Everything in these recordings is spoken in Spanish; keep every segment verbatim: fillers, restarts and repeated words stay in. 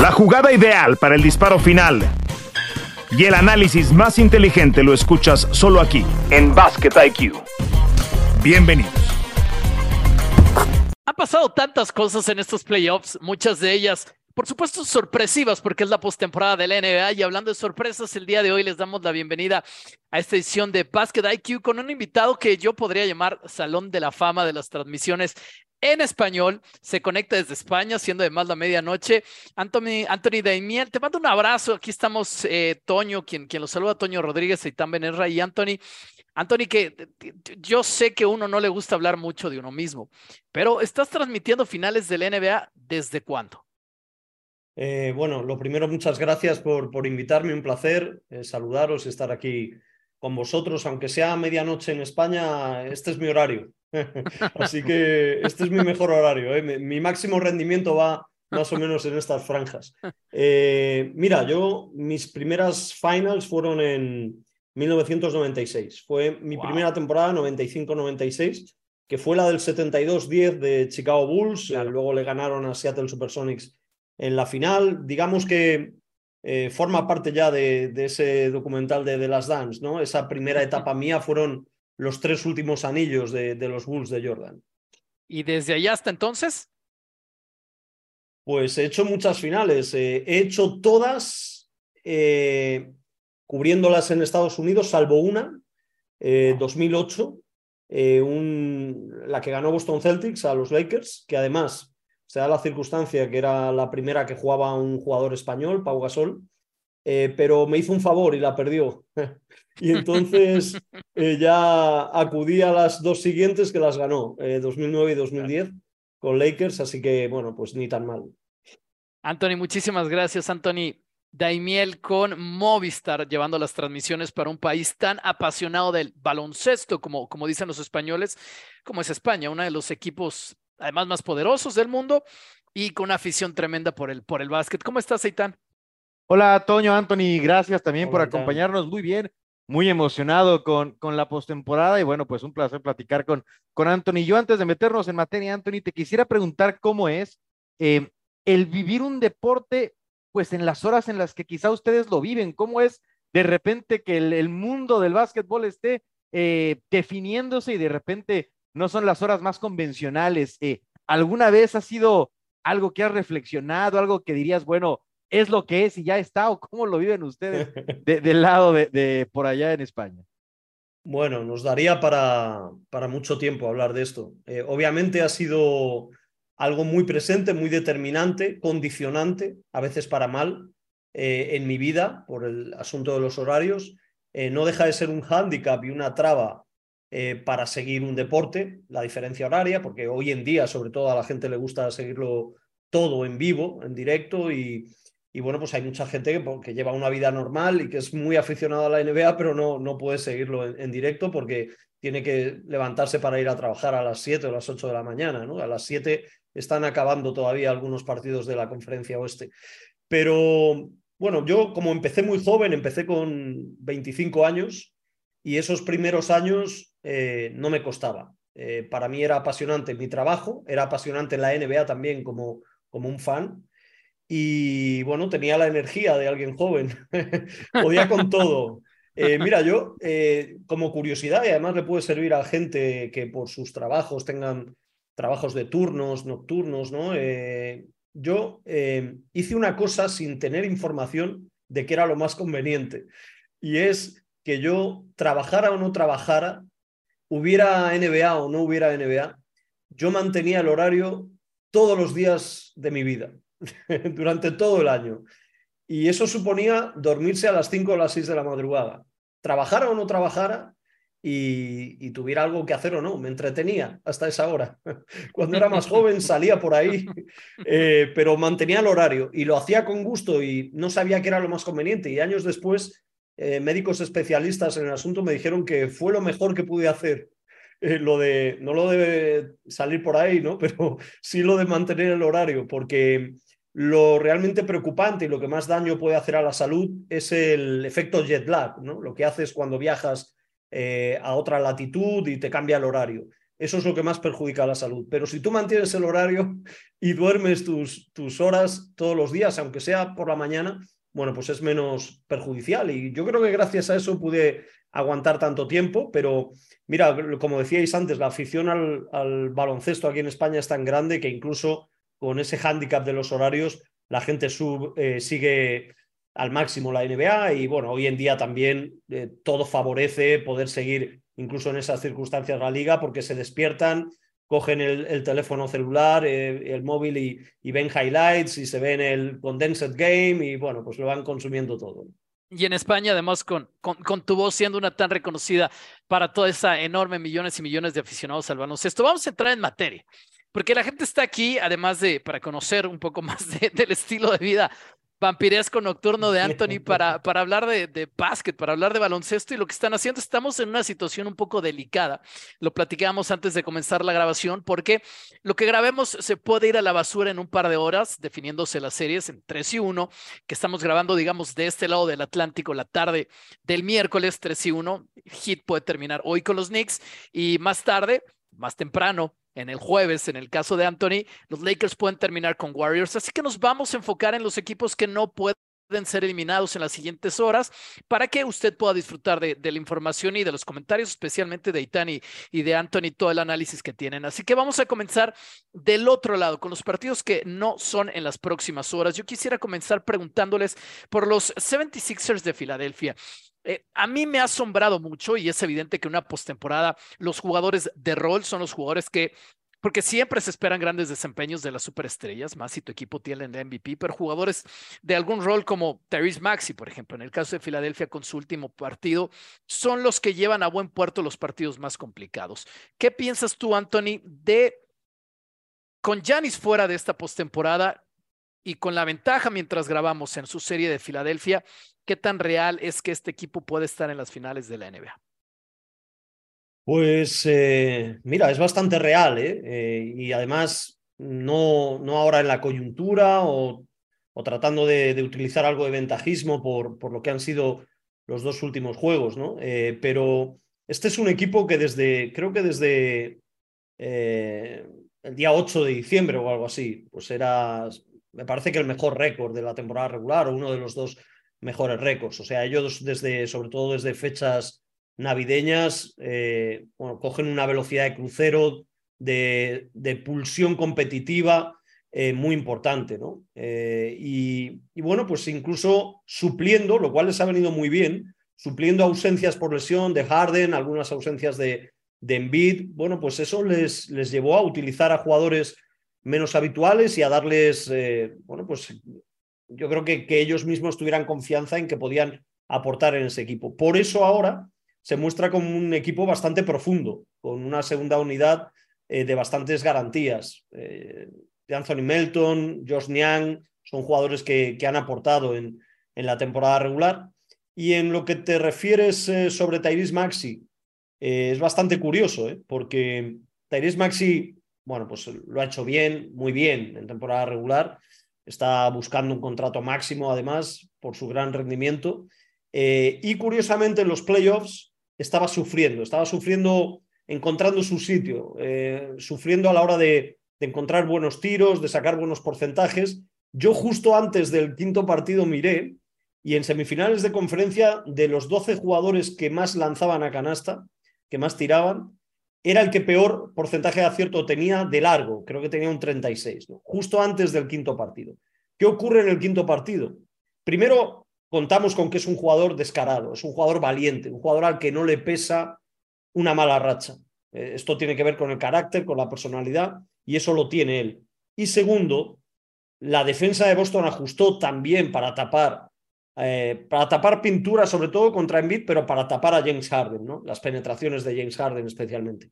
La jugada ideal para el disparo final y el análisis más inteligente lo escuchas solo aquí, en Basket I Q. Bienvenidos. Han pasado tantas cosas en estos playoffs, muchas de ellas, por supuesto, sorpresivas, porque es la postemporada de la N B A. Y hablando de sorpresas, el día de hoy les damos la bienvenida a esta edición de Basket I Q con un invitado que yo podría llamar Salón de la Fama de las transmisiones en español. Se conecta desde España, siendo además la medianoche. Anthony, Anthony Daimiel, te mando un abrazo. Aquí estamos, eh, Toño, quien, quien los saluda, Toño Rodríguez, Eitan Benerra y Anthony. Anthony, que yo sé que a uno no le gusta hablar mucho de uno mismo, pero estás transmitiendo finales de la N B A, ¿desde cuándo? Eh, bueno, lo primero, muchas gracias por, por invitarme, un placer eh, saludaros y estar aquí con vosotros, aunque sea medianoche en España, este es mi horario, así que este es mi mejor horario, ¿eh? mi, mi máximo rendimiento va más o menos en estas franjas. Eh, mira, yo, mis primeras finals fueron en mil novecientos noventa y seis, fue mi wow. primera temporada, noventa y cinco noventa y seis, que fue la del setenta y dos diez de Chicago Bulls, claro. eh, luego le ganaron a Seattle Supersonics en la final. Digamos que eh, forma parte ya de, de ese documental de The Last Dance, ¿no? Esa primera etapa mía fueron los tres últimos anillos de, de los Bulls de Jordan. ¿Y desde allá hasta entonces? Pues he hecho muchas finales, eh, he hecho todas eh, cubriéndolas en Estados Unidos, salvo una, eh, dos mil ocho, eh, un, la que ganó Boston Celtics a los Lakers, que además se da la circunstancia que era la primera que jugaba un jugador español, Pau Gasol, eh, pero me hizo un favor y la perdió. Y entonces eh, ya acudí a las dos siguientes que las ganó, eh, dos mil nueve y dos mil diez, con Lakers, así que bueno, pues ni tan mal. Anthony, muchísimas gracias. Anthony Daimiel con Movistar, llevando las transmisiones para un país tan apasionado del baloncesto, como, como dicen los españoles, como es España, uno de los equipos además más poderosos del mundo y con una afición tremenda por el, por el básquet. ¿Cómo estás, Eitan? Hola, Toño, Anthony, gracias también Hola, por Eitan. acompañarnos. Muy bien, muy emocionado con, con la postemporada y bueno, pues un placer platicar con, con Anthony. Yo antes de meternos en materia, Anthony, te quisiera preguntar cómo es eh, el vivir un deporte pues en las horas en las que quizá ustedes lo viven. ¿Cómo es de repente que el, el mundo del básquetbol esté eh, definiéndose y de repente no son las horas más convencionales? Eh, ¿alguna vez ha sido algo que has reflexionado, algo que dirías, bueno, es lo que es y ya está, o cómo lo viven ustedes de, del lado de, de por allá en España? Bueno, nos daría para, para mucho tiempo hablar de esto. Eh, obviamente ha sido algo muy presente, muy determinante, condicionante, a veces para mal, eh, en mi vida, por el asunto de los horarios. Eh, no deja de ser un hándicap y una traba Eh, para seguir un deporte, la diferencia horaria, porque hoy en día sobre todo a la gente le gusta seguirlo todo en vivo, en directo, y, y bueno, pues hay mucha gente que, que lleva una vida normal y que es muy aficionada a la N B A, pero no, no puede seguirlo en, en directo porque tiene que levantarse para ir a trabajar a las siete o las ocho de la mañana, ¿no? A las siete están acabando todavía algunos partidos de la Conferencia Oeste. Pero bueno, yo como empecé muy joven, empecé con veinticinco años, y esos primeros años eh, no me costaba. Eh, para mí era apasionante mi trabajo, era apasionante la N B A también como, como un fan. Y bueno, tenía la energía de alguien joven, podía con todo. Eh, mira, yo eh, como curiosidad, y además le puede servir a gente que por sus trabajos tengan trabajos de turnos, nocturnos, ¿no? Eh, yo eh, hice una cosa sin tener información de qué era lo más conveniente, y es que yo trabajara o no trabajara, hubiera N B A o no hubiera N B A, yo mantenía el horario todos los días de mi vida, durante todo el año. Y eso suponía dormirse a las cinco o las seis de la madrugada. Trabajara o no trabajara y, y tuviera algo que hacer o no, me entretenía hasta esa hora. Cuando era más joven salía por ahí, eh, pero mantenía el horario y lo hacía con gusto y no sabía qué era lo más conveniente. Y años después, Eh, médicos especialistas en el asunto me dijeron que fue lo mejor que pude hacer, eh, lo de, no lo de salir por ahí, ¿no? Pero sí lo de mantener el horario, porque lo realmente preocupante y lo que más daño puede hacer a la salud es el efecto jet lag, ¿no? Lo que haces cuando viajas eh, a otra latitud y te cambia el horario. eso es lo que más perjudica a la salud. Pero si tú mantienes el horario y duermes tus, tus horas todos los días, aunque sea por la mañana, bueno, pues es menos perjudicial. Y yo creo que gracias a eso pude aguantar tanto tiempo, pero mira, como decíais antes, la afición al, al baloncesto aquí en España es tan grande que incluso con ese hándicap de los horarios, la gente sub, eh, sigue al máximo la N B A y bueno, hoy en día también eh, todo favorece poder seguir incluso en esas circunstancias la liga porque se despiertan, cogen el, el teléfono celular, eh, el móvil y, y ven highlights y se ven el condensed game y bueno, pues lo van consumiendo todo. Y en España, además, con, con, con tu voz siendo una tan reconocida para toda esa enorme millones y millones de aficionados al baloncesto, vamos a entrar en materia, porque la gente está aquí, además de para conocer un poco más de, del estilo de vida vampiresco nocturno de Anthony para, para hablar de, de básquet, para hablar de baloncesto y lo que están haciendo. Estamos en una situación un poco delicada. Lo platicábamos antes de comenzar la grabación porque lo que grabemos se puede ir a la basura en un par de horas, definiéndose las series en tres y uno, que estamos grabando, digamos, de este lado del Atlántico la tarde del miércoles tres y uno. Heat puede terminar hoy con los Knicks y más tarde, más temprano, en el jueves, en el caso de Anthony, los Lakers pueden terminar con Warriors, así que nos vamos a enfocar en los equipos que no pueden ser eliminados en las siguientes horas para que usted pueda disfrutar de, de la información y de los comentarios, especialmente de Eitan y, y de Anthony, todo el análisis que tienen. Así que vamos a comenzar del otro lado, con los partidos que no son en las próximas horas. Yo quisiera comenzar preguntándoles por los setenta y seis ers de Filadelfia. Eh, a mí me ha asombrado mucho y es evidente que en una postemporada los jugadores de rol son los jugadores que, porque siempre se esperan grandes desempeños de las superestrellas, más si tu equipo tiene el M V P, pero jugadores de algún rol como Tyrese Maxey, por ejemplo, en el caso de Filadelfia con su último partido, son los que llevan a buen puerto los partidos más complicados. ¿Qué piensas tú, Anthony, de con Giannis fuera de esta postemporada y con la ventaja mientras grabamos en su serie de Filadelfia, qué tan real es que este equipo puede estar en las finales de la N B A? Pues eh, mira, es bastante real, ¿eh? Eh, y además no, no ahora en la coyuntura o, o tratando de, de utilizar algo de ventajismo por, por lo que han sido los dos últimos juegos, ¿no? Eh, pero este es un equipo que desde, creo que desde eh, el día ocho de diciembre o algo así, pues era, me parece que el mejor récord de la temporada regular o uno de los dos mejores récords. O sea, ellos desde, sobre todo desde fechas navideñas, eh, bueno, cogen una velocidad de crucero, de, de pulsión competitiva eh, muy importante, ¿no? Eh, y, y bueno, pues incluso supliendo, lo cual les ha venido muy bien, supliendo ausencias por lesión de Harden, algunas ausencias de, de Embiid, bueno, pues eso les, les llevó a utilizar a jugadores menos habituales y a darles, eh, bueno, pues yo creo que, que ellos mismos tuvieran confianza en que podían aportar en ese equipo. Por eso ahora se muestra como un equipo bastante profundo, con una segunda unidad eh, de bastantes garantías. Eh, de Anthony Melton, Josh Niang, son jugadores que, que han aportado en, en la temporada regular. Y en lo que te refieres eh, sobre Tyrese Maxey, eh, es bastante curioso, ¿eh? Porque Tyrese Maxey, bueno, pues lo ha hecho bien, muy bien en temporada regular. Está buscando un contrato máximo, además, por su gran rendimiento. Eh, y curiosamente en los playoffs estaba sufriendo, estaba sufriendo encontrando su sitio, eh, sufriendo a la hora de, de encontrar buenos tiros, de sacar buenos porcentajes. Yo justo antes del quinto partido miré y en semifinales de conferencia, de los doce jugadores que más lanzaban a canasta, que más tiraban, era el que peor porcentaje de acierto tenía de largo, creo que tenía un treinta y seis, ¿no? Justo antes del quinto partido. ¿Qué ocurre en el quinto partido? Primero, contamos con que es un jugador descarado, es un jugador valiente, un jugador al que no le pesa una mala racha. Eh, esto tiene que ver con el carácter, con la personalidad, y eso lo tiene él. Y segundo, la defensa de Boston ajustó también para tapar, eh, para tapar pintura, sobre todo contra Embiid, pero para tapar a James Harden, ¿no? Las penetraciones de James Harden especialmente.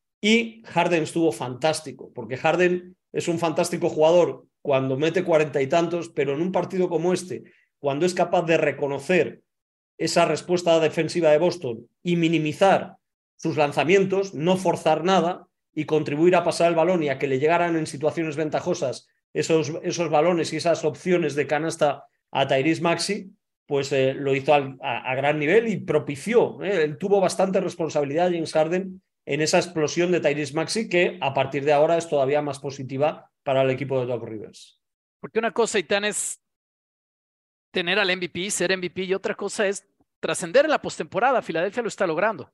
Y Harden estuvo fantástico, porque Harden es un fantástico jugador cuando mete cuarenta y tantos, pero en un partido como este, cuando es capaz de reconocer esa respuesta defensiva de Boston y minimizar sus lanzamientos, no forzar nada y contribuir a pasar el balón y a que le llegaran en situaciones ventajosas esos, esos balones y esas opciones de canasta a Tyrese Maxey, pues eh, lo hizo al, a, a gran nivel y propició. Eh, él tuvo bastante responsabilidad, James Harden, en esa explosión de Tyrese Maxey, que a partir de ahora es todavía más positiva para el equipo de Doc Rivers. Porque una cosa, Itán, es tener al M V P, ser M V P, y otra cosa es trascender en la postemporada. Filadelfia lo está logrando.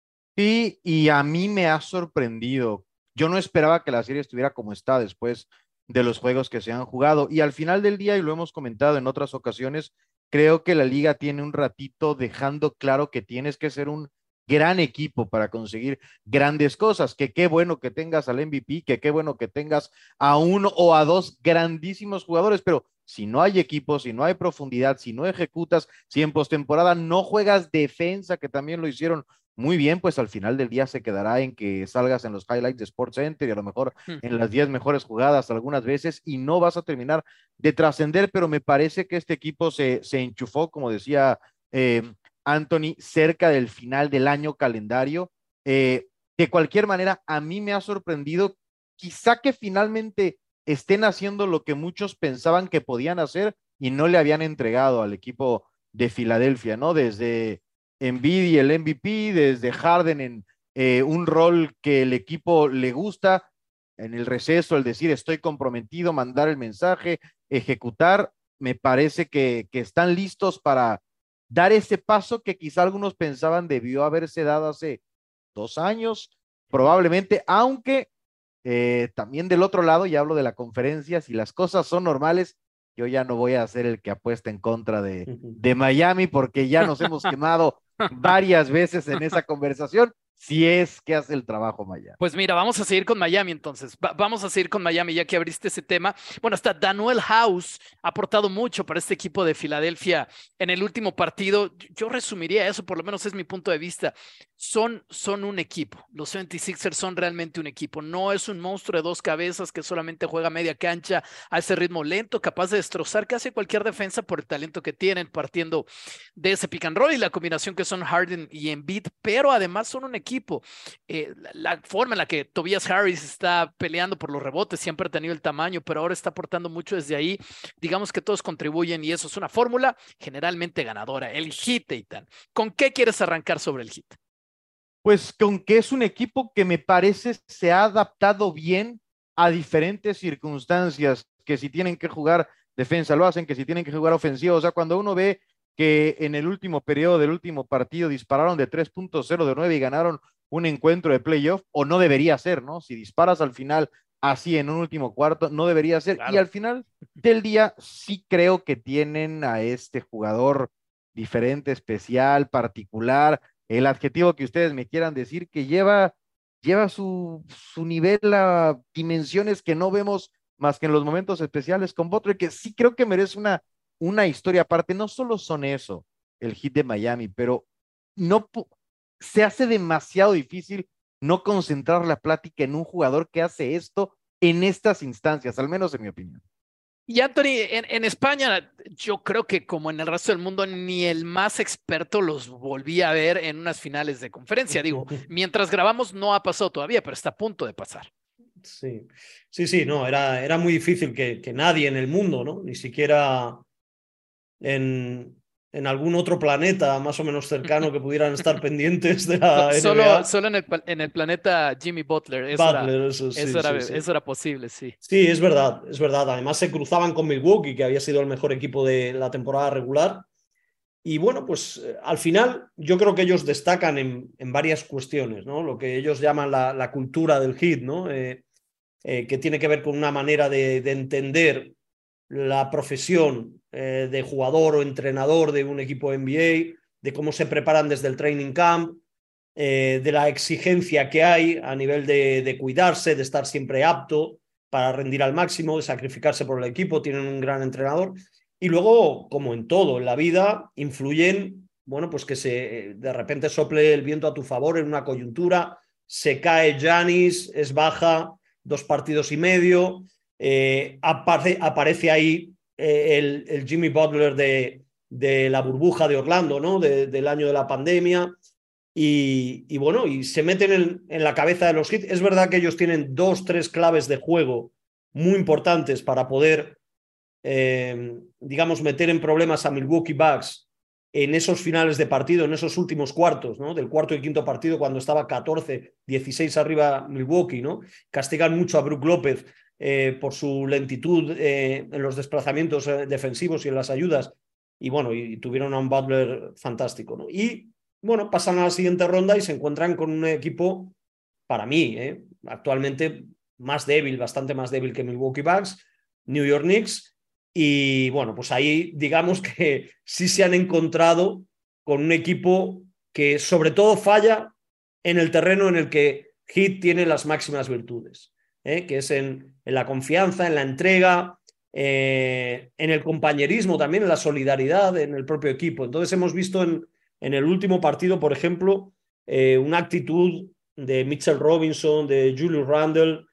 Sí, y a mí me ha sorprendido. Yo no esperaba que la serie estuviera como está después de los juegos que se han jugado. Y al final del día, y lo hemos comentado en otras ocasiones, creo que la liga tiene un ratito dejando claro que tienes que ser un gran equipo para conseguir grandes cosas, que qué bueno que tengas al M V P, que qué bueno que tengas a uno o a dos grandísimos jugadores, pero si no hay equipo, si no hay profundidad, si no ejecutas, si en postemporada no juegas defensa, que también lo hicieron muy bien, pues al final del día se quedará en que salgas en los highlights de SportsCenter y a lo mejor hmm. en las diez mejores jugadas algunas veces y no vas a terminar de trascender, pero me parece que este equipo se, se enchufó, como decía eh, Anthony, cerca del final del año calendario. Eh, de cualquier manera, a mí me ha sorprendido, quizá que finalmente estén haciendo lo que muchos pensaban que podían hacer y no le habían entregado al equipo de Filadelfia, ¿no? Desde Embiid y el M V P, desde Harden en eh, un rol que el equipo le gusta, en el receso, el decir estoy comprometido, mandar el mensaje, ejecutar, me parece que, que están listos para dar ese paso que quizá algunos pensaban debió haberse dado hace dos años, probablemente, aunque eh, también del otro lado, ya hablo de la conferencia, si las cosas son normales, yo ya no voy a ser el que apuesta en contra de, de Miami, porque ya nos hemos quemado varias veces en esa conversación, si es que hace el trabajo Miami. Pues mira, vamos a seguir con Miami entonces. Va vamos a seguir con Miami ya que abriste ese tema. Bueno, hasta Danuel House ha aportado mucho para este equipo de Filadelfia en el último partido. Yo resumiría eso, por lo menos es mi punto de vista. Son, son un equipo. Los setenta y seis ers son realmente un equipo. No es un monstruo de dos cabezas que solamente juega media cancha a ese ritmo lento, capaz de destrozar casi cualquier defensa por el talento que tienen, partiendo de ese pick and roll y la combinación que son Harden y Embiid, pero además son un equipo. Eh, la, la forma en la que Tobias Harris está peleando por los rebotes, siempre ha tenido el tamaño, pero ahora está aportando mucho desde ahí. Digamos que todos contribuyen y eso es una fórmula generalmente ganadora. El Heat, Eitan. ¿Con qué quieres arrancar sobre el Heat? Pues con que es un equipo que me parece se ha adaptado bien a diferentes circunstancias, que si tienen que jugar defensa lo hacen, que si tienen que jugar ofensivo, o sea, cuando uno ve que en el último periodo del último partido dispararon de tres punto cero de nueve y ganaron un encuentro de playoff, o no debería ser, ¿no? Si disparas al final así en un último cuarto, no debería ser. Claro. Y al final del día sí creo que tienen a este jugador diferente, especial, particular, el adjetivo que ustedes me quieran decir, que lleva, lleva su, su nivel a dimensiones que no vemos más que en los momentos especiales con Butler, que sí creo que merece una, una historia aparte. No solo son eso, el Heat de Miami, pero no se hace demasiado difícil no concentrar la plática en un jugador que hace esto en estas instancias, al menos en mi opinión. Y Anthony, en, en España, yo creo que como en el resto del mundo, ni el más experto los volví a ver en unas finales de conferencia. Digo, mientras grabamos no ha pasado todavía, pero está a punto de pasar. Sí, sí, sí, no, era, era muy difícil que, que nadie en el mundo, ¿no? Ni siquiera en, en algún otro planeta más o menos cercano que pudieran estar pendientes de la solo, N B A. Solo en el, en el planeta Jimmy Butler. Eso, Butler, era, eso, sí, eso, era, sí, sí. eso era posible, sí. Sí, es verdad, es verdad. Además se cruzaban con Milwaukee, que había sido el mejor equipo de la temporada regular. Y bueno, pues eh, al final yo creo que ellos destacan en, en varias cuestiones, ¿no? Lo que ellos llaman la, la cultura del Heat, ¿no? Eh, eh, que tiene que ver con una manera de, de entender la profesión eh, de jugador o entrenador de un equipo N B A, de cómo se preparan desde el training camp, eh, de la exigencia que hay a nivel de, de cuidarse, de estar siempre apto para rendir al máximo, de sacrificarse por el equipo. Tienen un gran entrenador. Y luego, como en todo en la vida, influyen, bueno, pues que se, de repente sople el viento a tu favor en una coyuntura, se cae Giannis, es baja, dos partidos y medio, eh, apare, aparece ahí eh, el, el Jimmy Butler de, de la burbuja de Orlando, ¿no? De, del año de la pandemia, y, y bueno, y se meten en, en la cabeza de los Heat. Es verdad que ellos tienen dos, tres claves de juego muy importantes para poder, eh, digamos, meter en problemas a Milwaukee Bucks en esos finales de partido, en esos últimos cuartos, ¿no? Del cuarto y quinto partido, cuando estaba catorce dieciséis arriba Milwaukee, ¿no? Castigan mucho a Brook López eh, por su lentitud eh, en los desplazamientos eh, defensivos y en las ayudas, y bueno, y tuvieron a un Butler fantástico, ¿no? Y bueno, pasan a la siguiente ronda y se encuentran con un equipo, para mí, ¿eh? actualmente más débil, bastante más débil que Milwaukee Bucks, New York Knicks, y bueno, pues ahí digamos que sí se han encontrado con un equipo que sobre todo falla en el terreno en el que Heat tiene las máximas virtudes, ¿eh? que es en, en la confianza, en la entrega, eh, en el compañerismo también, en la solidaridad en el propio equipo. Entonces hemos visto en, en el último partido, por ejemplo, eh, una actitud de Mitchell Robinson, de Julius Randle,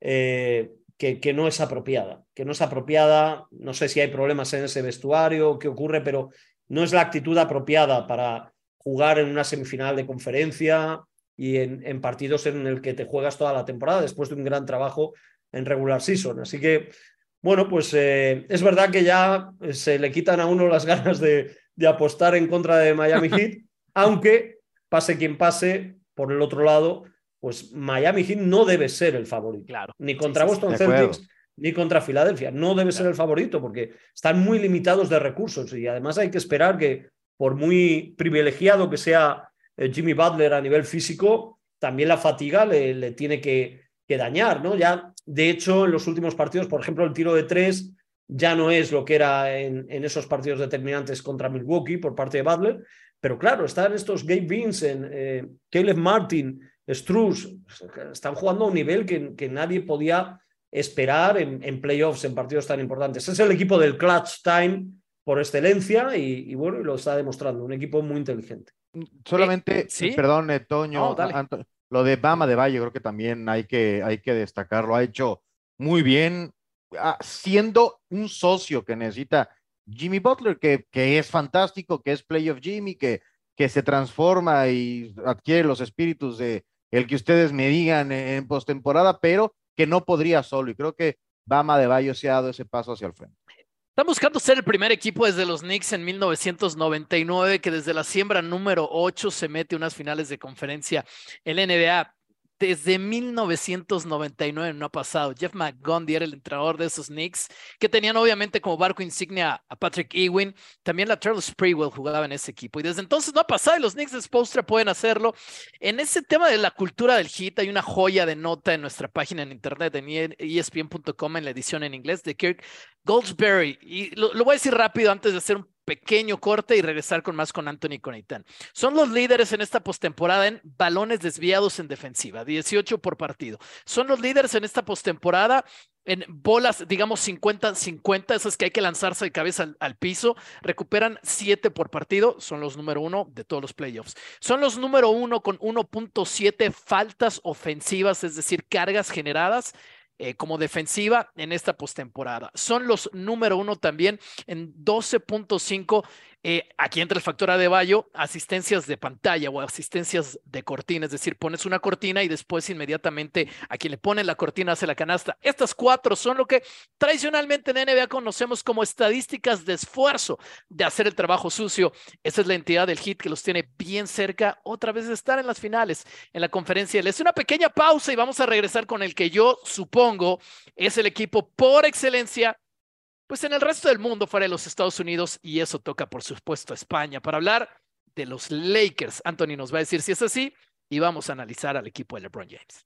eh, que, que no es apropiada, que no es apropiada, no sé si hay problemas en ese vestuario, qué ocurre, pero no es la actitud apropiada para jugar en una semifinal de conferencia y en, en partidos en el que te juegas toda la temporada después de un gran trabajo en regular season. Así que, bueno, pues eh, es verdad que ya se le quitan a uno las ganas de, de apostar en contra de Miami Heat, aunque pase quien pase, por el otro lado, pues Miami Heat no debe ser el favorito. Claro. Ni contra sí, sí, Boston sí. Celtics, ni contra Filadelfia. No debe claro. ser el favorito porque están muy limitados de recursos y además hay que esperar que, por muy privilegiado que sea eh, Jimmy Butler a nivel físico, también la fatiga le, le tiene que, que dañar, ¿no? Ya, de hecho, en los últimos partidos, por ejemplo, el tiro de tres ya no es lo que era en, en esos partidos determinantes contra Milwaukee por parte de Butler, pero claro, están estos Gabe Vincent, eh, Caleb Martin, Strus, están jugando a un nivel que, que nadie podía esperar en, en playoffs, en partidos tan importantes. Es el equipo del clutch time por excelencia y, y bueno, lo está demostrando, un equipo muy inteligente. Solamente, Eh, ¿sí? perdón, eh, Toño, No, dale. Anto- lo de Bama de Bayo creo que también hay que, hay que destacarlo, ha hecho muy bien, ah, siendo un socio que necesita Jimmy Butler, que, que es fantástico, que es playoff Jimmy, que, que se transforma y adquiere los espíritus de el que ustedes me digan en, en postemporada, pero que no podría solo, y creo que Bama de Bayo se ha dado ese paso hacia el frente. Están buscando ser el primer equipo desde los Knicks en mil novecientos noventa y nueve, que desde la siembra número ocho se mete a unas finales de conferencia. El N B A desde mil novecientos noventa y nueve no ha pasado. Jeff McGundy era el entrenador de esos Knicks, que tenían obviamente como barco insignia a Patrick Ewing. También la Latrell Sprewell jugaba en ese equipo. Y desde entonces no ha pasado y los Knicks de Spoelstra pueden hacerlo. En ese tema de la cultura del Heat hay una joya de nota en nuestra página en internet, en E S P N punto com, en la edición en inglés, de Kirk Goldsberry. Y lo, lo voy a decir rápido antes de hacer un pequeño corte y regresar con más con Anthony y con Eitan. Son los líderes en esta postemporada en balones desviados en defensiva, dieciocho por partido. Son los líderes en esta postemporada en bolas, digamos, cincuenta cincuenta, esas que hay que lanzarse de cabeza al, al piso. Recuperan siete por partido, son los número uno de todos los playoffs. Son los número uno con uno punto siete faltas ofensivas, es decir, cargas generadas Eh, como defensiva en esta postemporada. Son los número uno también en doce punto cinco, eh, aquí entra el factor Adebayo, asistencias de pantalla o asistencias de cortina, es decir, pones una cortina y después inmediatamente a quien le pone la cortina hace la canasta. Estas cuatro son lo que tradicionalmente en N B A conocemos como estadísticas de esfuerzo, de hacer el trabajo sucio. Esa es la entidad del Heat que los tiene bien cerca otra vez de estar en las finales, en la conferencia del Este. Una pequeña pausa y vamos a regresar con el que yo supongo es el equipo por excelencia pues en el resto del mundo fuera de los Estados Unidos, y eso toca por supuesto a España, para hablar de los Lakers. Anthony nos va a decir si es así y vamos a analizar al equipo de LeBron James.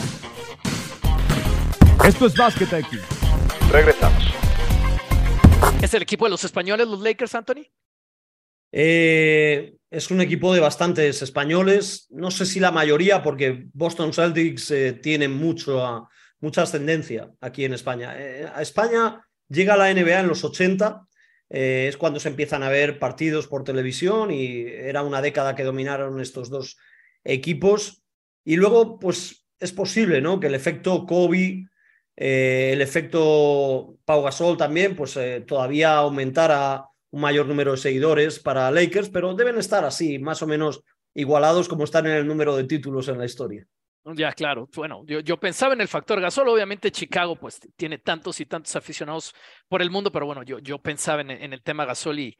Esto es Basket I Q. Regresamos. ¿Es el equipo de los españoles, los Lakers, Anthony? Eh, es un equipo de bastantes españoles, no sé si la mayoría, porque Boston Celtics eh, tienen mucho a, mucha ascendencia aquí en España. Eh, a España llega la N B A en los ochenta, eh, es cuando se empiezan a ver partidos por televisión y era una década que dominaron estos dos equipos. Y luego, pues es posible, ¿no?, que el efecto Kobe, eh, el efecto Pau Gasol también, pues eh, todavía aumentara un mayor número de seguidores para Lakers, pero deben estar así, más o menos igualados como están en el número de títulos en la historia. Ya, claro. Bueno, yo, yo pensaba en el factor Gasol. Obviamente Chicago pues tiene tantos y tantos aficionados por el mundo, pero bueno, yo, yo pensaba en, en el tema Gasol y,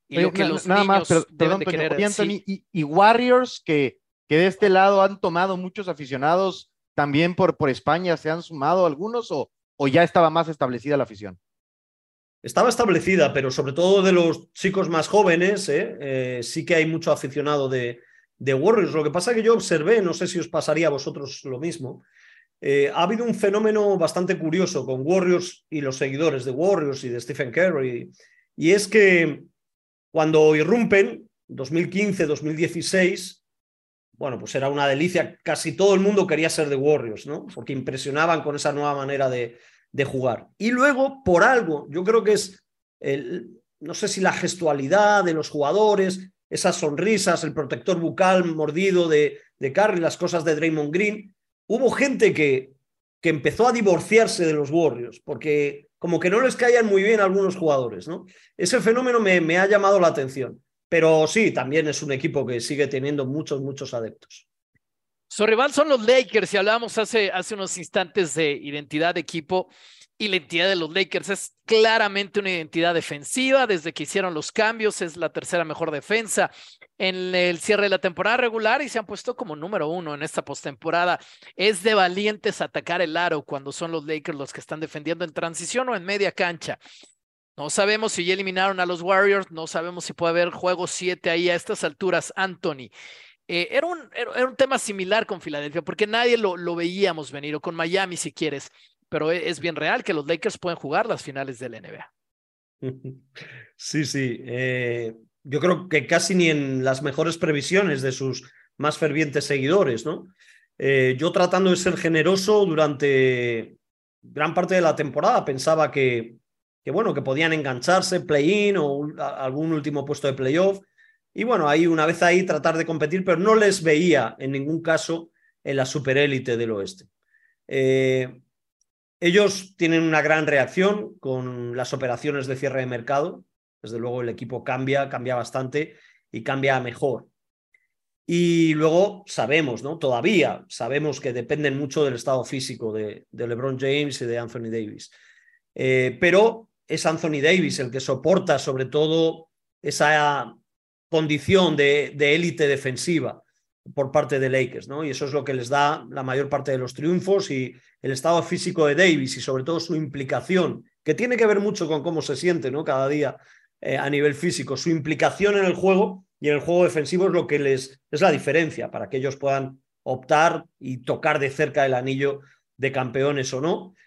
y Oye, lo que na- los nada niños más, pero, deben perdón, de Toño, querer. oye, Anthony, Sí. y, y Warriors que, que de este lado han tomado muchos aficionados, también por, por España, ¿se han sumado algunos o, o ya estaba más establecida la afición? Estaba establecida, pero sobre todo de los chicos más jóvenes, ¿eh? Eh, sí que hay mucho aficionado de, de Warriors. Lo que pasa es que yo observé, no sé si os pasaría a vosotros lo mismo, eh, ha habido un fenómeno bastante curioso con Warriors y los seguidores de Warriors y de Stephen Curry, y es que cuando irrumpen, dos mil quince, dos mil dieciséis, bueno, pues era una delicia, casi todo el mundo quería ser de Warriors, ¿no? Porque impresionaban con esa nueva manera de, de jugar. Y luego, por algo, yo creo que es, el, no sé si la gestualidad de los jugadores, esas sonrisas, el protector bucal mordido de, de Curry, las cosas de Draymond Green, hubo gente que, que empezó a divorciarse de los Warriors, porque como que no les caían muy bien a algunos jugadores, ¿no? Ese fenómeno me, me ha llamado la atención. Pero sí, también es un equipo que sigue teniendo muchos, muchos adeptos. Su rival son los Lakers y hablábamos hace, hace unos instantes de identidad de equipo y la identidad de los Lakers es claramente una identidad defensiva. Desde que hicieron los cambios es la tercera mejor defensa en el cierre de la temporada regular y se han puesto como número uno en esta postemporada. Es de valientes atacar el aro cuando son los Lakers los que están defendiendo en transición o en media cancha. No sabemos si ya eliminaron a los Warriors, no sabemos si puede haber juego siete ahí a estas alturas, Anthony. Eh, era, un, era, era un tema similar con Filadelfia, porque nadie lo, lo veíamos venir, o con Miami si quieres, pero es, es bien real que los Lakers pueden jugar las finales de la N B A. Sí, sí. Eh, yo creo que casi ni en las mejores previsiones de sus más fervientes seguidores, ¿no? Eh, yo tratando de ser generoso durante gran parte de la temporada pensaba que que bueno, que podían engancharse, play-in o un, algún último puesto de playoff. Y bueno, ahí una vez ahí tratar de competir, pero no les veía en ningún caso en la superélite del oeste. Eh, ellos tienen una gran reacción con las operaciones de cierre de mercado. Desde luego el equipo cambia, cambia bastante y cambia mejor. Y luego sabemos, ¿no? Todavía sabemos que dependen mucho del estado físico de, de LeBron James y de Anthony Davis. Eh, pero es Anthony Davis el que soporta sobre todo esa condición de, de élite defensiva por parte de Lakers, ¿no? Y eso es lo que les da la mayor parte de los triunfos y el estado físico de Davis y sobre todo su implicación, que tiene que ver mucho con cómo se siente, ¿no? Cada día eh, a nivel físico, su implicación en el juego y en el juego defensivo es lo que les es la diferencia para que ellos puedan optar y tocar de cerca el anillo de campeones o no.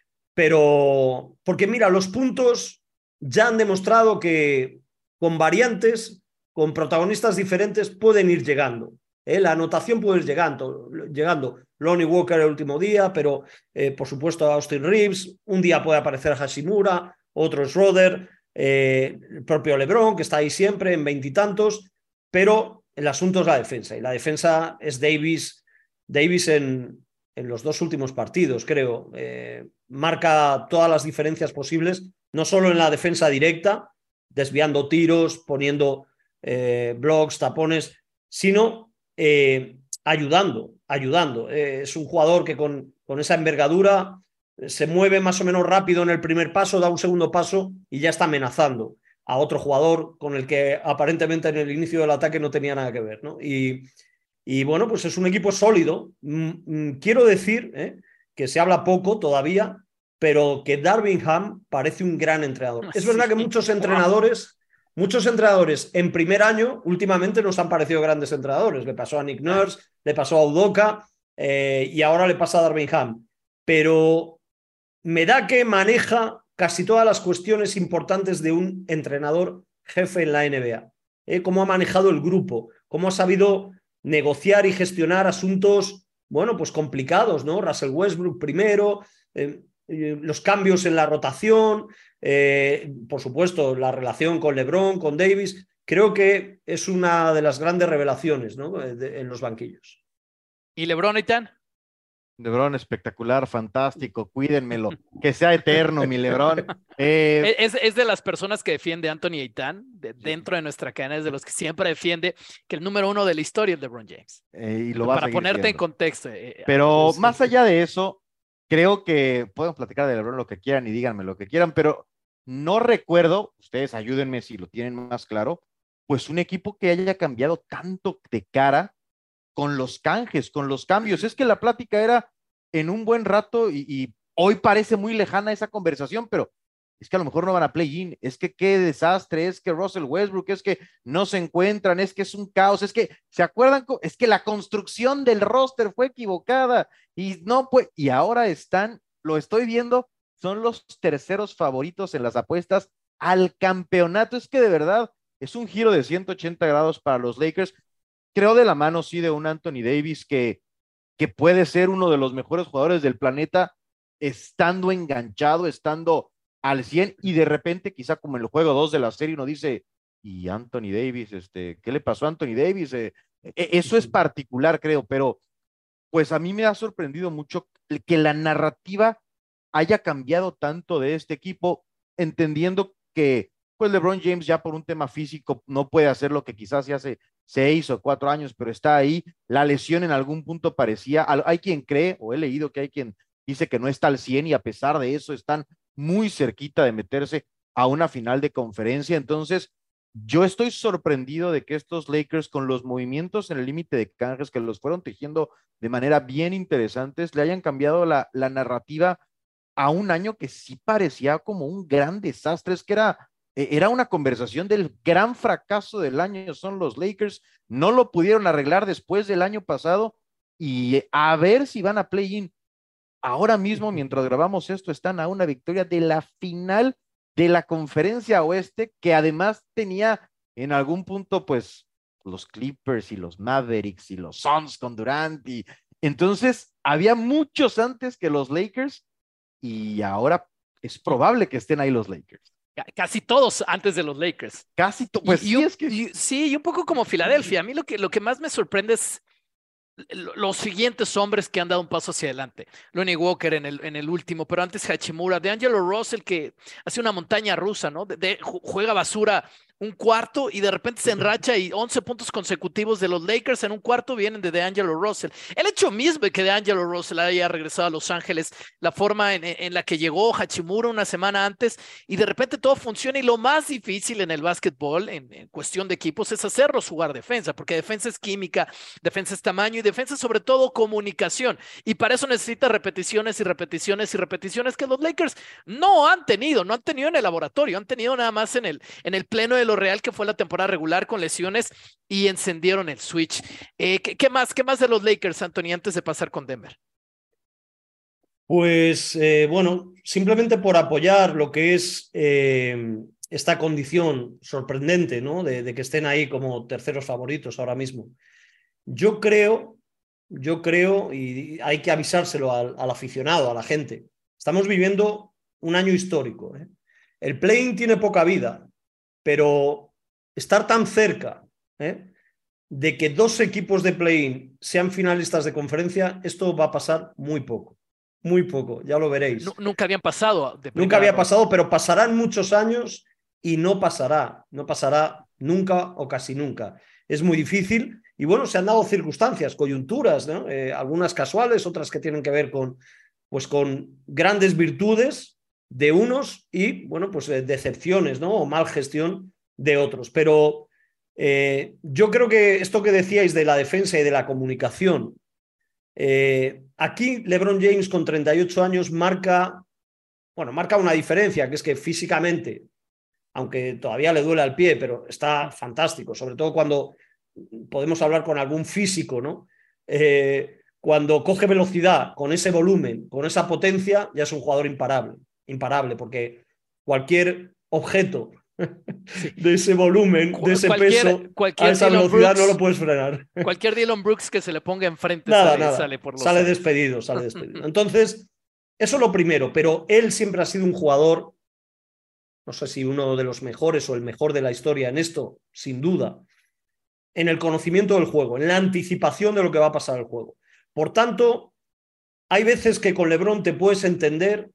Pero, porque mira, los puntos ya han demostrado que con variantes, con protagonistas diferentes, pueden ir llegando. ¿eh? La anotación puede ir llegando. llegando. Lonnie Walker el último día, pero eh, por supuesto Austin Reeves. Un día puede aparecer Hashimura, otro Schroeder, eh, el propio LeBron, que está ahí siempre en veintitantos. Pero el asunto es la defensa. Y la defensa es Davis, Davis en, en los dos últimos partidos, creo. Eh, marca todas las diferencias posibles, no solo en la defensa directa, desviando tiros, poniendo eh, blocks, tapones, sino eh, ayudando, ayudando. Eh, es un jugador que con, con esa envergadura se mueve más o menos rápido en el primer paso, da un segundo paso y ya está amenazando a otro jugador con el que aparentemente en el inicio del ataque no tenía nada que ver, ¿no? Y, y bueno, pues es un equipo sólido. Mm, mm, quiero decir, ¿eh? que se habla poco todavía, pero que Darvin Ham parece un gran entrenador. Es verdad sí. que muchos entrenadores, muchos entrenadores en primer año últimamente nos han parecido grandes entrenadores. Le pasó a Nick Nurse, le pasó a Udoka eh, y ahora le pasa a Darvin Ham. Pero me da que maneja casi todas las cuestiones importantes de un entrenador jefe en la N B A. ¿eh? Cómo ha manejado el grupo, cómo ha sabido negociar y gestionar asuntos, bueno, pues complicados, ¿no? Russell Westbrook primero, eh, eh, los cambios en la rotación, eh, por supuesto, la relación con LeBron, con Davis. Creo que es una de las grandes revelaciones, ¿no? de, en los banquillos. ¿Y LeBron, Eitan? LeBron espectacular, fantástico, cuídenmelo, que sea eterno mi LeBron. Eh... Es, es de las personas que defiende Anthony Eitan, de, dentro de nuestra cadena, es de los que siempre defiende que el número uno de la historia es LeBron James. Eh, y lo va Para a ponerte siendo. en contexto. Eh, pero es, más allá de eso, creo que podemos platicar de LeBron lo que quieran y díganme lo que quieran, pero no recuerdo, ustedes ayúdenme si lo tienen más claro, pues un equipo que haya cambiado tanto de cara con los canjes, con los cambios. Es que la plática era en un buen rato y, y hoy parece muy lejana esa conversación, pero es que a lo mejor no van a play-in, es que qué desastre, es que Russell Westbrook, es que no se encuentran, es que es un caos, es que, ¿se acuerdan? Es que la construcción del roster fue equivocada y no pues, y ahora están, lo estoy viendo, son los terceros favoritos en las apuestas al campeonato. Es que de verdad es un giro de ciento ochenta grados para los Lakers. Creo de la mano, sí, de un Anthony Davis que, que puede ser uno de los mejores jugadores del planeta, estando enganchado, estando al cien, y de repente, quizá como en el juego dos de la serie, uno dice, y Anthony Davis, este, ¿qué le pasó a Anthony Davis? Eh, eso es particular, creo, pero pues a mí me ha sorprendido mucho que la narrativa haya cambiado tanto de este equipo, entendiendo que pues LeBron James ya por un tema físico no puede hacer lo que quizás se hace seis o cuatro años, pero está ahí. La lesión en algún punto parecía, hay quien cree, o he leído que hay quien dice que no está al cien, y a pesar de eso están muy cerquita de meterse a una final de conferencia. Entonces, yo estoy sorprendido de que estos Lakers, con los movimientos en el límite de canjes que los fueron tejiendo de manera bien interesantes, le hayan cambiado la, la narrativa a un año que sí parecía como un gran desastre. Es que era, era una conversación del gran fracaso del año, son los Lakers, no lo pudieron arreglar después del año pasado, y a ver si van a play-in. Ahora mismo, mientras grabamos esto, están a una victoria de la final de la Conferencia Oeste, que además tenía en algún punto, pues, los Clippers y los Mavericks y los Suns con Durant, y entonces había muchos antes que los Lakers, y ahora es probable que estén ahí los Lakers. Casi todos antes de los Lakers. Casi todos. Pues y, sí, y, es que... y, sí, y un poco como Filadelfia. A mí lo que, lo que más me sorprende es los siguientes hombres que han dado un paso hacia adelante. Lonnie Walker en el, en el último, pero antes Hachimura, DeAngelo Russell, que hace una montaña rusa, ¿no? De, de, juega basura un cuarto y de repente se enracha, y once puntos consecutivos de los Lakers en un cuarto vienen de DeAngelo Russell. El hecho mismo de que DeAngelo Russell haya regresado a Los Ángeles, la forma en, en la que llegó Hachimura una semana antes, y de repente todo funciona, y lo más difícil en el básquetbol, en, en cuestión de equipos, es hacerlos jugar defensa, porque defensa es química, defensa es tamaño, y defensa es sobre todo comunicación, y para eso necesita repeticiones y repeticiones y repeticiones que los Lakers no han tenido, no han tenido en el laboratorio, han tenido nada más en el, en el pleno de lo real, que fue la temporada regular, con lesiones, y encendieron el switch. Eh, ¿qué, qué más, qué más de los Lakers, Anthony, antes de pasar con Denver? Pues eh, bueno, simplemente por apoyar lo que es eh, esta condición sorprendente, ¿no? De, de que estén ahí como terceros favoritos ahora mismo. Yo creo, yo creo, y hay que avisárselo al, al aficionado, a la gente, estamos viviendo un año histórico, ¿eh? El play-in tiene poca vida, pero estar tan cerca, ¿eh? de que dos equipos de play-in sean finalistas de conferencia, esto va a pasar muy poco, muy poco, ya lo veréis. No, nunca habían pasado. De nunca había ronda. pasado, pero pasarán muchos años y no pasará, no pasará nunca o casi nunca. Es muy difícil y bueno, se han dado circunstancias, coyunturas, ¿no? Eh, algunas casuales, otras que tienen que ver con, pues, con grandes virtudes de unos y, bueno, pues eh, decepciones, ¿no? O mal gestión de otros. Pero eh, yo creo que esto que decíais de la defensa y de la comunicación, eh, aquí LeBron James con treinta y ocho años marca, bueno, marca una diferencia, que es que físicamente, aunque todavía le duele al pie, pero está fantástico, sobre todo cuando podemos hablar con algún físico, ¿no? Eh, cuando coge velocidad, con ese volumen, con esa potencia, ya es un jugador imparable, imparable, porque cualquier objeto sí. de ese volumen, de ese cualquier, peso, cualquier a esa Dylan velocidad Brooks, no lo puedes frenar. Cualquier Dylan Brooks que se le ponga enfrente nada, sale, nada. sale por los Sale años. despedido, sale despedido. Entonces, eso es lo primero, pero él siempre ha sido un jugador, no sé si uno de los mejores o el mejor de la historia en esto, sin duda, en el conocimiento del juego, en la anticipación de lo que va a pasar en el juego. Por tanto, hay veces que con LeBron te puedes entender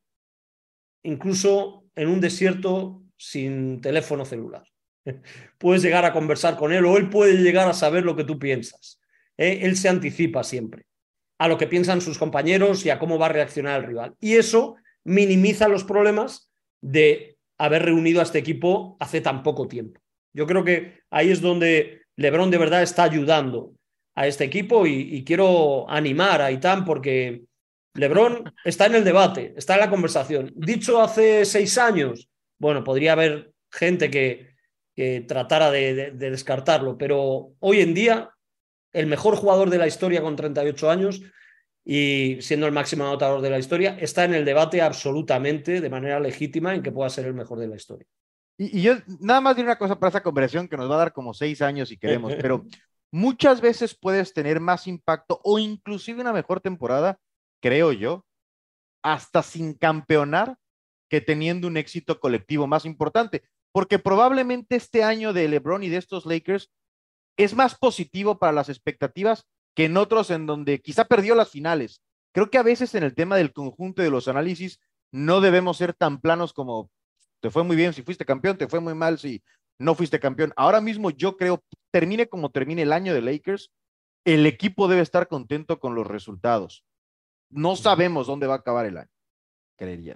incluso en un desierto sin teléfono celular. Puedes llegar a conversar con él o él puede llegar a saber lo que tú piensas. ¿Eh? Él se anticipa siempre a lo que piensan sus compañeros y a cómo va a reaccionar el rival. Y eso minimiza los problemas de haber reunido a este equipo hace tan poco tiempo. Yo creo que ahí es donde LeBron de verdad está ayudando a este equipo y, y quiero animar a Aitan porque LeBron está en el debate, está en la conversación. Dicho hace seis años, bueno, podría haber gente que, que tratara de, de, de descartarlo, pero hoy en día el mejor jugador de la historia con treinta y ocho años y siendo el máximo anotador de la historia, está en el debate absolutamente, de manera legítima, en que pueda ser el mejor de la historia. Y, y yo nada más diré una cosa para esa conversación que nos va a dar como seis años si queremos, pero muchas veces puedes tener más impacto o inclusive una mejor temporada, creo yo, hasta sin campeonar que teniendo un éxito colectivo más importante, porque probablemente este año de LeBron y de estos Lakers es más positivo para las expectativas que en otros en donde quizá perdió las finales. Creo que a veces en el tema del conjunto de los análisis no debemos ser tan planos como te fue muy bien si fuiste campeón, te fue muy mal si no fuiste campeón. Ahora mismo yo creo, termine como termine el año de Lakers, el equipo debe estar contento con los resultados. No sabemos dónde va a acabar el año, creería.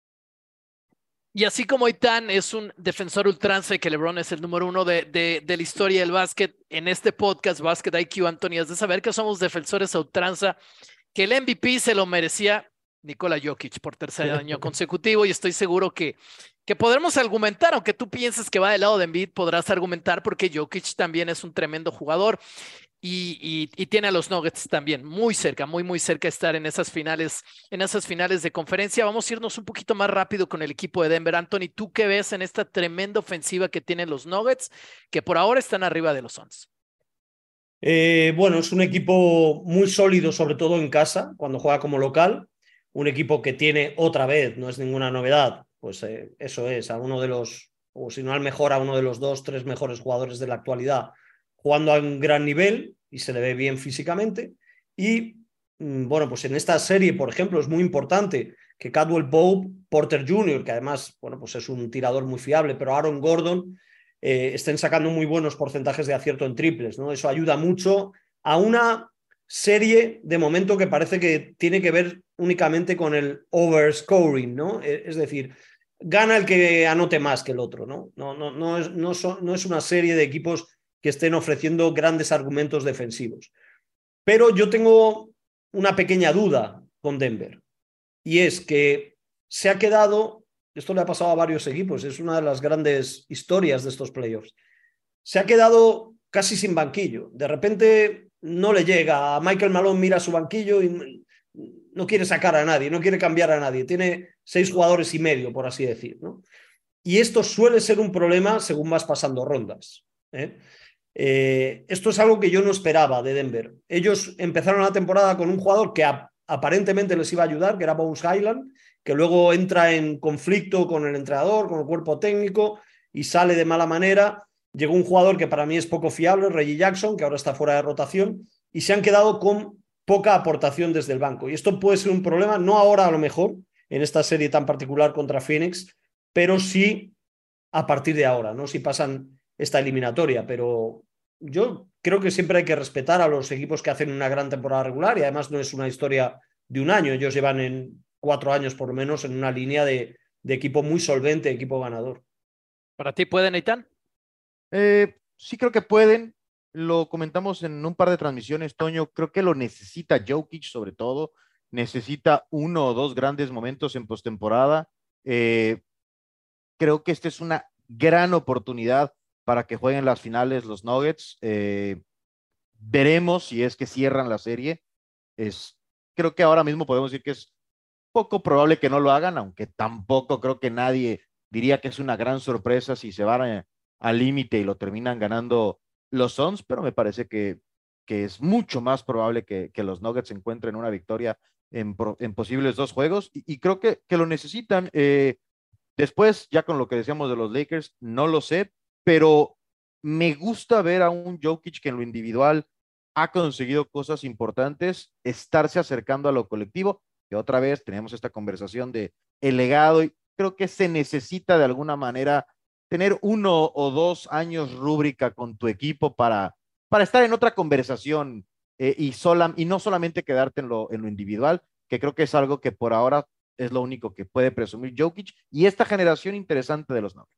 Y así como Aitan es un defensor ultranza de que LeBron es el número uno de, de, de la historia del básquet, en este podcast Basket I Q, Anthony, has de saber que somos defensores a ultranza, que el M V P se lo merecía Nikola Jokic por tercer año consecutivo y estoy seguro que, que podremos argumentar, aunque tú pienses que va del lado de Embiid, podrás argumentar porque Jokic también es un tremendo jugador. Y, y, y tiene a los Nuggets también muy cerca, muy, muy cerca de estar en esas finales, en esas finales de conferencia. Vamos a irnos un poquito más rápido con el equipo de Denver. Anthony, ¿tú qué ves en esta tremenda ofensiva que tienen los Nuggets, que por ahora están arriba de los Suns? Eh, bueno, es un equipo muy sólido, sobre todo en casa, cuando juega como local. Un equipo que tiene otra vez, no es ninguna novedad, pues eh, eso es, a uno de los, o si no al mejor, a uno de los dos, tres mejores jugadores de la actualidad jugando a un gran nivel y se le ve bien físicamente. Y bueno, pues en esta serie, por ejemplo, es muy importante que Caldwell Pope, Porter junior, que además, bueno, pues es un tirador muy fiable, pero Aaron Gordon eh, estén sacando muy buenos porcentajes de acierto en triples, ¿no? Eso ayuda mucho a una serie de momento que parece que tiene que ver únicamente con el overscoring, ¿no? Es decir, gana el que anote más que el otro, ¿no? No, no, no, es, no, son, no es una serie de equipos que estén ofreciendo grandes argumentos defensivos. Pero yo tengo una pequeña duda con Denver, y es que se ha quedado, esto le ha pasado a varios equipos, es una de las grandes historias de estos playoffs, se ha quedado casi sin banquillo. De repente no le llega, a Michael Malone mira su banquillo y no quiere sacar a nadie, no quiere cambiar a nadie, tiene seis jugadores y medio, por así decir, ¿no? Y esto suele ser un problema según vas pasando rondas, ¿eh? Eh, esto es algo que yo no esperaba de Denver. Ellos empezaron la temporada con un jugador que a, aparentemente les iba a ayudar, que era Bones Highland, que luego entra en conflicto con el entrenador, con el cuerpo técnico y sale de mala manera. Llegó un jugador que para mí es poco fiable, Reggie Jackson, que ahora está fuera de rotación, y se han quedado con poca aportación desde el banco. Y esto puede ser un problema, no ahora a lo mejor, en esta serie tan particular contra Phoenix, pero sí a partir de ahora, ¿no? Si pasan esta eliminatoria, pero yo creo que siempre hay que respetar a los equipos que hacen una gran temporada regular y además no es una historia de un año, ellos llevan en cuatro años por lo menos en una línea de, de equipo muy solvente, equipo ganador. ¿Para ti pueden, Aitan? Eh, sí creo que pueden, lo comentamos en un par de transmisiones, Toño, creo que lo necesita Jokic sobre todo, necesita uno o dos grandes momentos en postemporada, eh, creo que esta es una gran oportunidad para que jueguen las finales los Nuggets. Eh, veremos si es que cierran la serie. Es, creo que ahora mismo podemos decir que es poco probable que no lo hagan, aunque tampoco creo que nadie diría que es una gran sorpresa si se van al límite y lo terminan ganando los Suns, pero me parece que, que es mucho más probable que, que los Nuggets encuentren una victoria en, en posibles dos juegos y, y creo que, que lo necesitan. Eh, después, ya con lo que decíamos de los Lakers, no lo sé, pero me gusta ver a un Jokic que en lo individual ha conseguido cosas importantes, estarse acercando a lo colectivo, que otra vez tenemos esta conversación de el legado y creo que se necesita de alguna manera tener uno o dos años rúbrica con tu equipo para, para estar en otra conversación eh, y, sola, y no solamente quedarte en lo, en lo individual, que creo que es algo que por ahora es lo único que puede presumir Jokic y esta generación interesante de los Nuggets.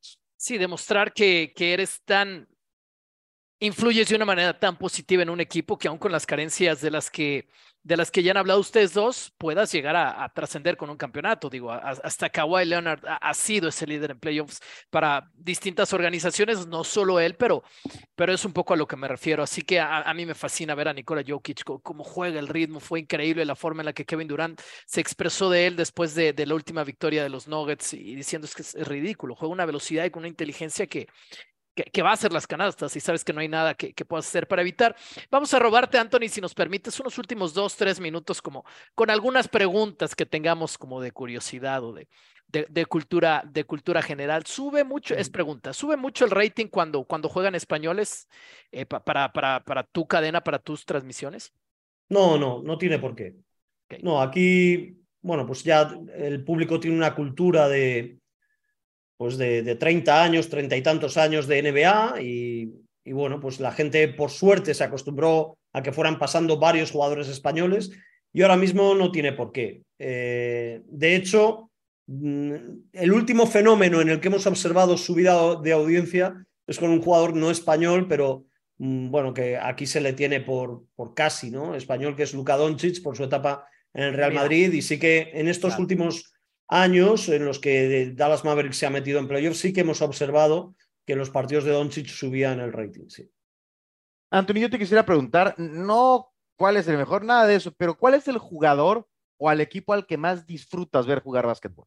Sí, demostrar que, que eres tan, influyes de una manera tan positiva en un equipo que aún con las carencias de las que, de las que ya han hablado ustedes dos, puedas llegar a, a trascender con un campeonato. Digo, a, hasta Kawhi Leonard ha, ha sido ese líder en playoffs para distintas organizaciones, no solo él, pero, pero es un poco a lo que me refiero. Así que a, a mí me fascina ver a Nikola Jokic, cómo, cómo juega el ritmo. Fue increíble la forma en la que Kevin Durant se expresó de él después de, de la última victoria de los Nuggets y diciendo es que es, es ridículo. Juega una velocidad y con una inteligencia que Que, que va a hacer las canastas y sabes que no hay nada que, que puedas hacer para evitar. Vamos a robarte, Anthony, si nos permites, unos últimos dos, tres minutos como con algunas preguntas que tengamos como de curiosidad o de, de, de cultura, de cultura general. Sube mucho, es pregunta, sube mucho el rating cuando, cuando juegan españoles eh, pa, para, para, para tu cadena, para tus transmisiones. No, no, no tiene por qué. Okay. No, aquí, bueno, pues ya el público tiene una cultura de pues de, de treinta años, treinta y tantos años de N B A y, y bueno, pues la gente por suerte se acostumbró a que fueran pasando varios jugadores españoles y ahora mismo no tiene por qué. Eh, de hecho, el último fenómeno en el que hemos observado subida de audiencia es con un jugador no español, pero bueno, que aquí se le tiene por, por casi, ¿no? Español, que es Luka Doncic por su etapa en el Real Madrid y sí que en estos claro. últimos años en los que Dallas Mavericks se ha metido en playoffs, sí que hemos observado que los partidos de Doncic subían el rating. Sí. Anthony, yo te quisiera preguntar, no cuál es el mejor, nada de eso, pero ¿cuál es el jugador o al equipo al que más disfrutas ver jugar básquetbol?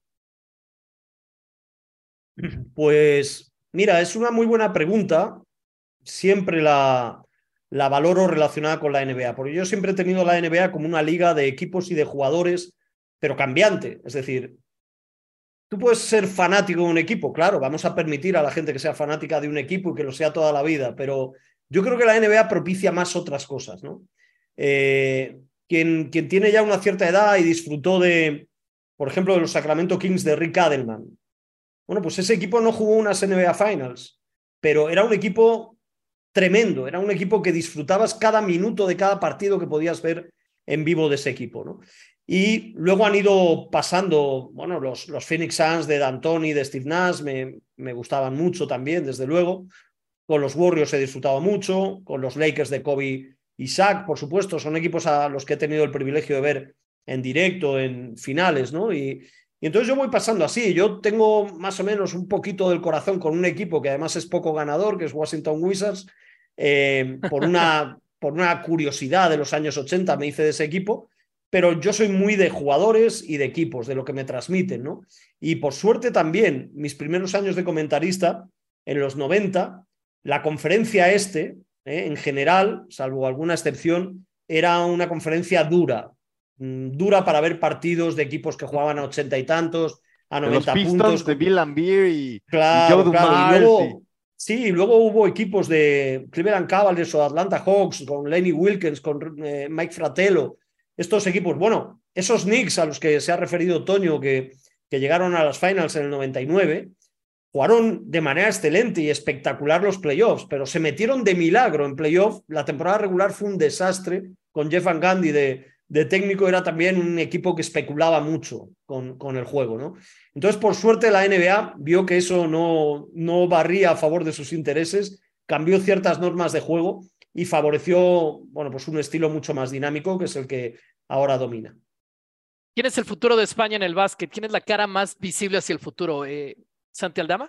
Pues mira, es una muy buena pregunta. Siempre la, la valoro relacionada con la N B A, porque yo siempre he tenido la N B A como una liga de equipos y de jugadores, pero cambiante. Es decir, tú puedes ser fanático de un equipo, claro, vamos a permitir a la gente que sea fanática de un equipo y que lo sea toda la vida, pero yo creo que la N B A propicia más otras cosas, ¿no? Eh, quien, quien tiene ya una cierta edad y disfrutó de, por ejemplo, de los Sacramento Kings de Rick Adelman, bueno, pues ese equipo no jugó unas N B A Finals, pero era un equipo tremendo, era un equipo que disfrutabas cada minuto de cada partido que podías ver en vivo de ese equipo, ¿no? Y luego han ido pasando, bueno, los, los Phoenix Suns de D'Antoni, de Steve Nash, me, me gustaban mucho también, desde luego. Con los Warriors he disfrutado mucho, con los Lakers de Kobe y Shaq, por supuesto, son equipos a los que he tenido el privilegio de ver en directo, en finales, ¿no? Y, y entonces yo voy pasando así, yo tengo más o menos un poquito del corazón con un equipo que además es poco ganador, que es Washington Wizards, eh, por, una, por una curiosidad de los años ochenta me hice de ese equipo, pero yo soy muy de jugadores y de equipos, de lo que me transmiten, ¿no? Y por suerte también, mis primeros años de comentarista, en los noventa, la conferencia este, eh, en general, salvo alguna excepción, era una conferencia dura, mmm, dura para ver partidos de equipos que jugaban a ochenta y tantos, a noventa de los puntos. Pistons, de Bill Laimbeer y, claro, y Joe claro. Dumars. Y luego, y... Sí, y luego hubo equipos de Cleveland Cavaliers o Atlanta Hawks, con Lenny Wilkens, con eh, Mike Fratello. Estos equipos, bueno, esos Knicks a los que se ha referido Toño, que, que llegaron a las finals en el noventa y nueve, jugaron de manera excelente y espectacular los playoffs, pero se metieron de milagro en playoff. La temporada regular fue un desastre, con Jeff Van Gundy de, de técnico, era también un equipo que especulaba mucho con, con el juego, ¿no? Entonces, por suerte, la N B A vio que eso no, no barría a favor de sus intereses, cambió ciertas normas de juego y favoreció, bueno, pues un estilo mucho más dinámico, que es el que ahora domina. ¿Quién es el futuro de España en el básquet? ¿Quién es la cara más visible hacia el futuro? Eh, ¿Santi Aldama?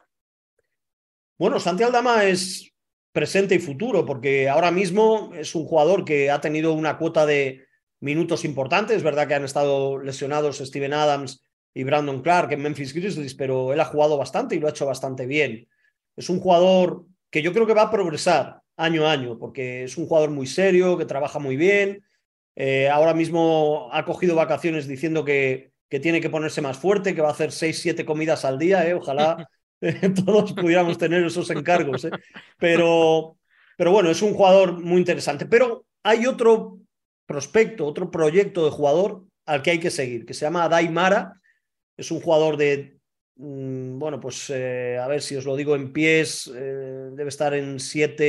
Bueno, Santi Aldama es presente y futuro, porque ahora mismo es un jugador que ha tenido una cuota de minutos importantes. Es verdad que han estado lesionados Steven Adams y Brandon Clark en Memphis Grizzlies, pero él ha jugado bastante y lo ha hecho bastante bien. Es un jugador que yo creo que va a progresar año a año, porque es un jugador muy serio, que trabaja muy bien. Eh, ahora mismo ha cogido vacaciones diciendo que, que tiene que ponerse más fuerte, que va a hacer seis, siete comidas al día. Eh. Ojalá eh, todos pudiéramos tener esos encargos. Eh. Pero, pero bueno, es un jugador muy interesante. Pero hay otro prospecto, otro proyecto de jugador al que hay que seguir, que se llama Adai Mara. Es un jugador de... Bueno, pues eh, a ver si os lo digo en pies, eh, debe estar en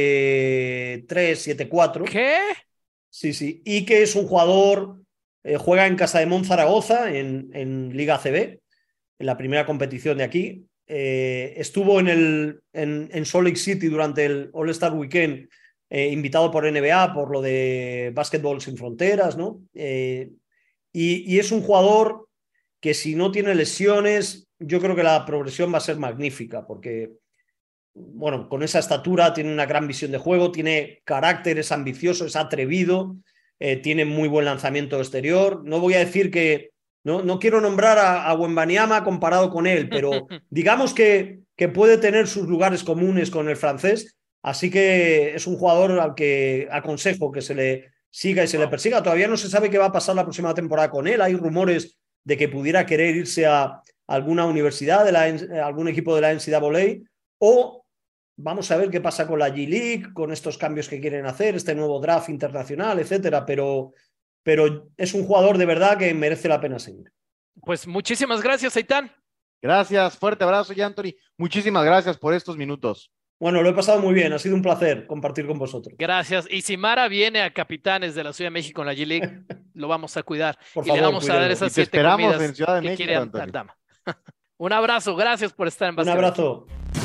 siete tres, siete cuatro. ¿Qué? Sí, sí. Y que es un jugador, eh, juega en Casa de Mon Zaragoza, en, en Liga A C B, en la primera competición de aquí. eh, estuvo en, el, en, en Salt Lake City durante el All-Star Weekend, eh, invitado por N B A, por lo de Básquetbol Sin Fronteras, ¿no? Eh, y, y es un jugador que si no tiene lesiones, yo creo que la progresión va a ser magnífica, porque, bueno, con esa estatura tiene una gran visión de juego, tiene carácter, es ambicioso, es atrevido, eh, tiene muy buen lanzamiento exterior. No voy a decir que, no, no quiero nombrar a, a Wembanyama comparado con él, pero digamos que, que puede tener sus lugares comunes con el francés, así que es un jugador al que aconsejo que se le siga y se le persiga. Todavía no se sabe qué va a pasar la próxima temporada con él, hay rumores de que pudiera querer irse a alguna universidad, de la, a algún equipo de la N C double A, o vamos a ver qué pasa con la G-League, con estos cambios que quieren hacer, este nuevo draft internacional, etcétera, pero, pero es un jugador de verdad que merece la pena seguir. Pues muchísimas gracias, Aitán. Gracias, fuerte abrazo, y Anthony, muchísimas gracias por estos minutos. Bueno, lo he pasado muy bien, ha sido un placer compartir con vosotros. Gracias. Y si Mara viene a Capitanes de la Ciudad de México en la G-League, lo vamos a cuidar. Por y favor, le vamos cuídalo. a dar esas Y te siete esperamos comidas en Ciudad de que México, quiere Anthony. Antama. Un abrazo, gracias por estar en Un Basket. abrazo.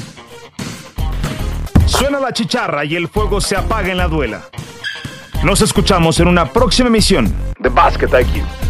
Suena la chicharra y el fuego se apaga en la duela. Nos escuchamos en una próxima emisión de Basket I Q.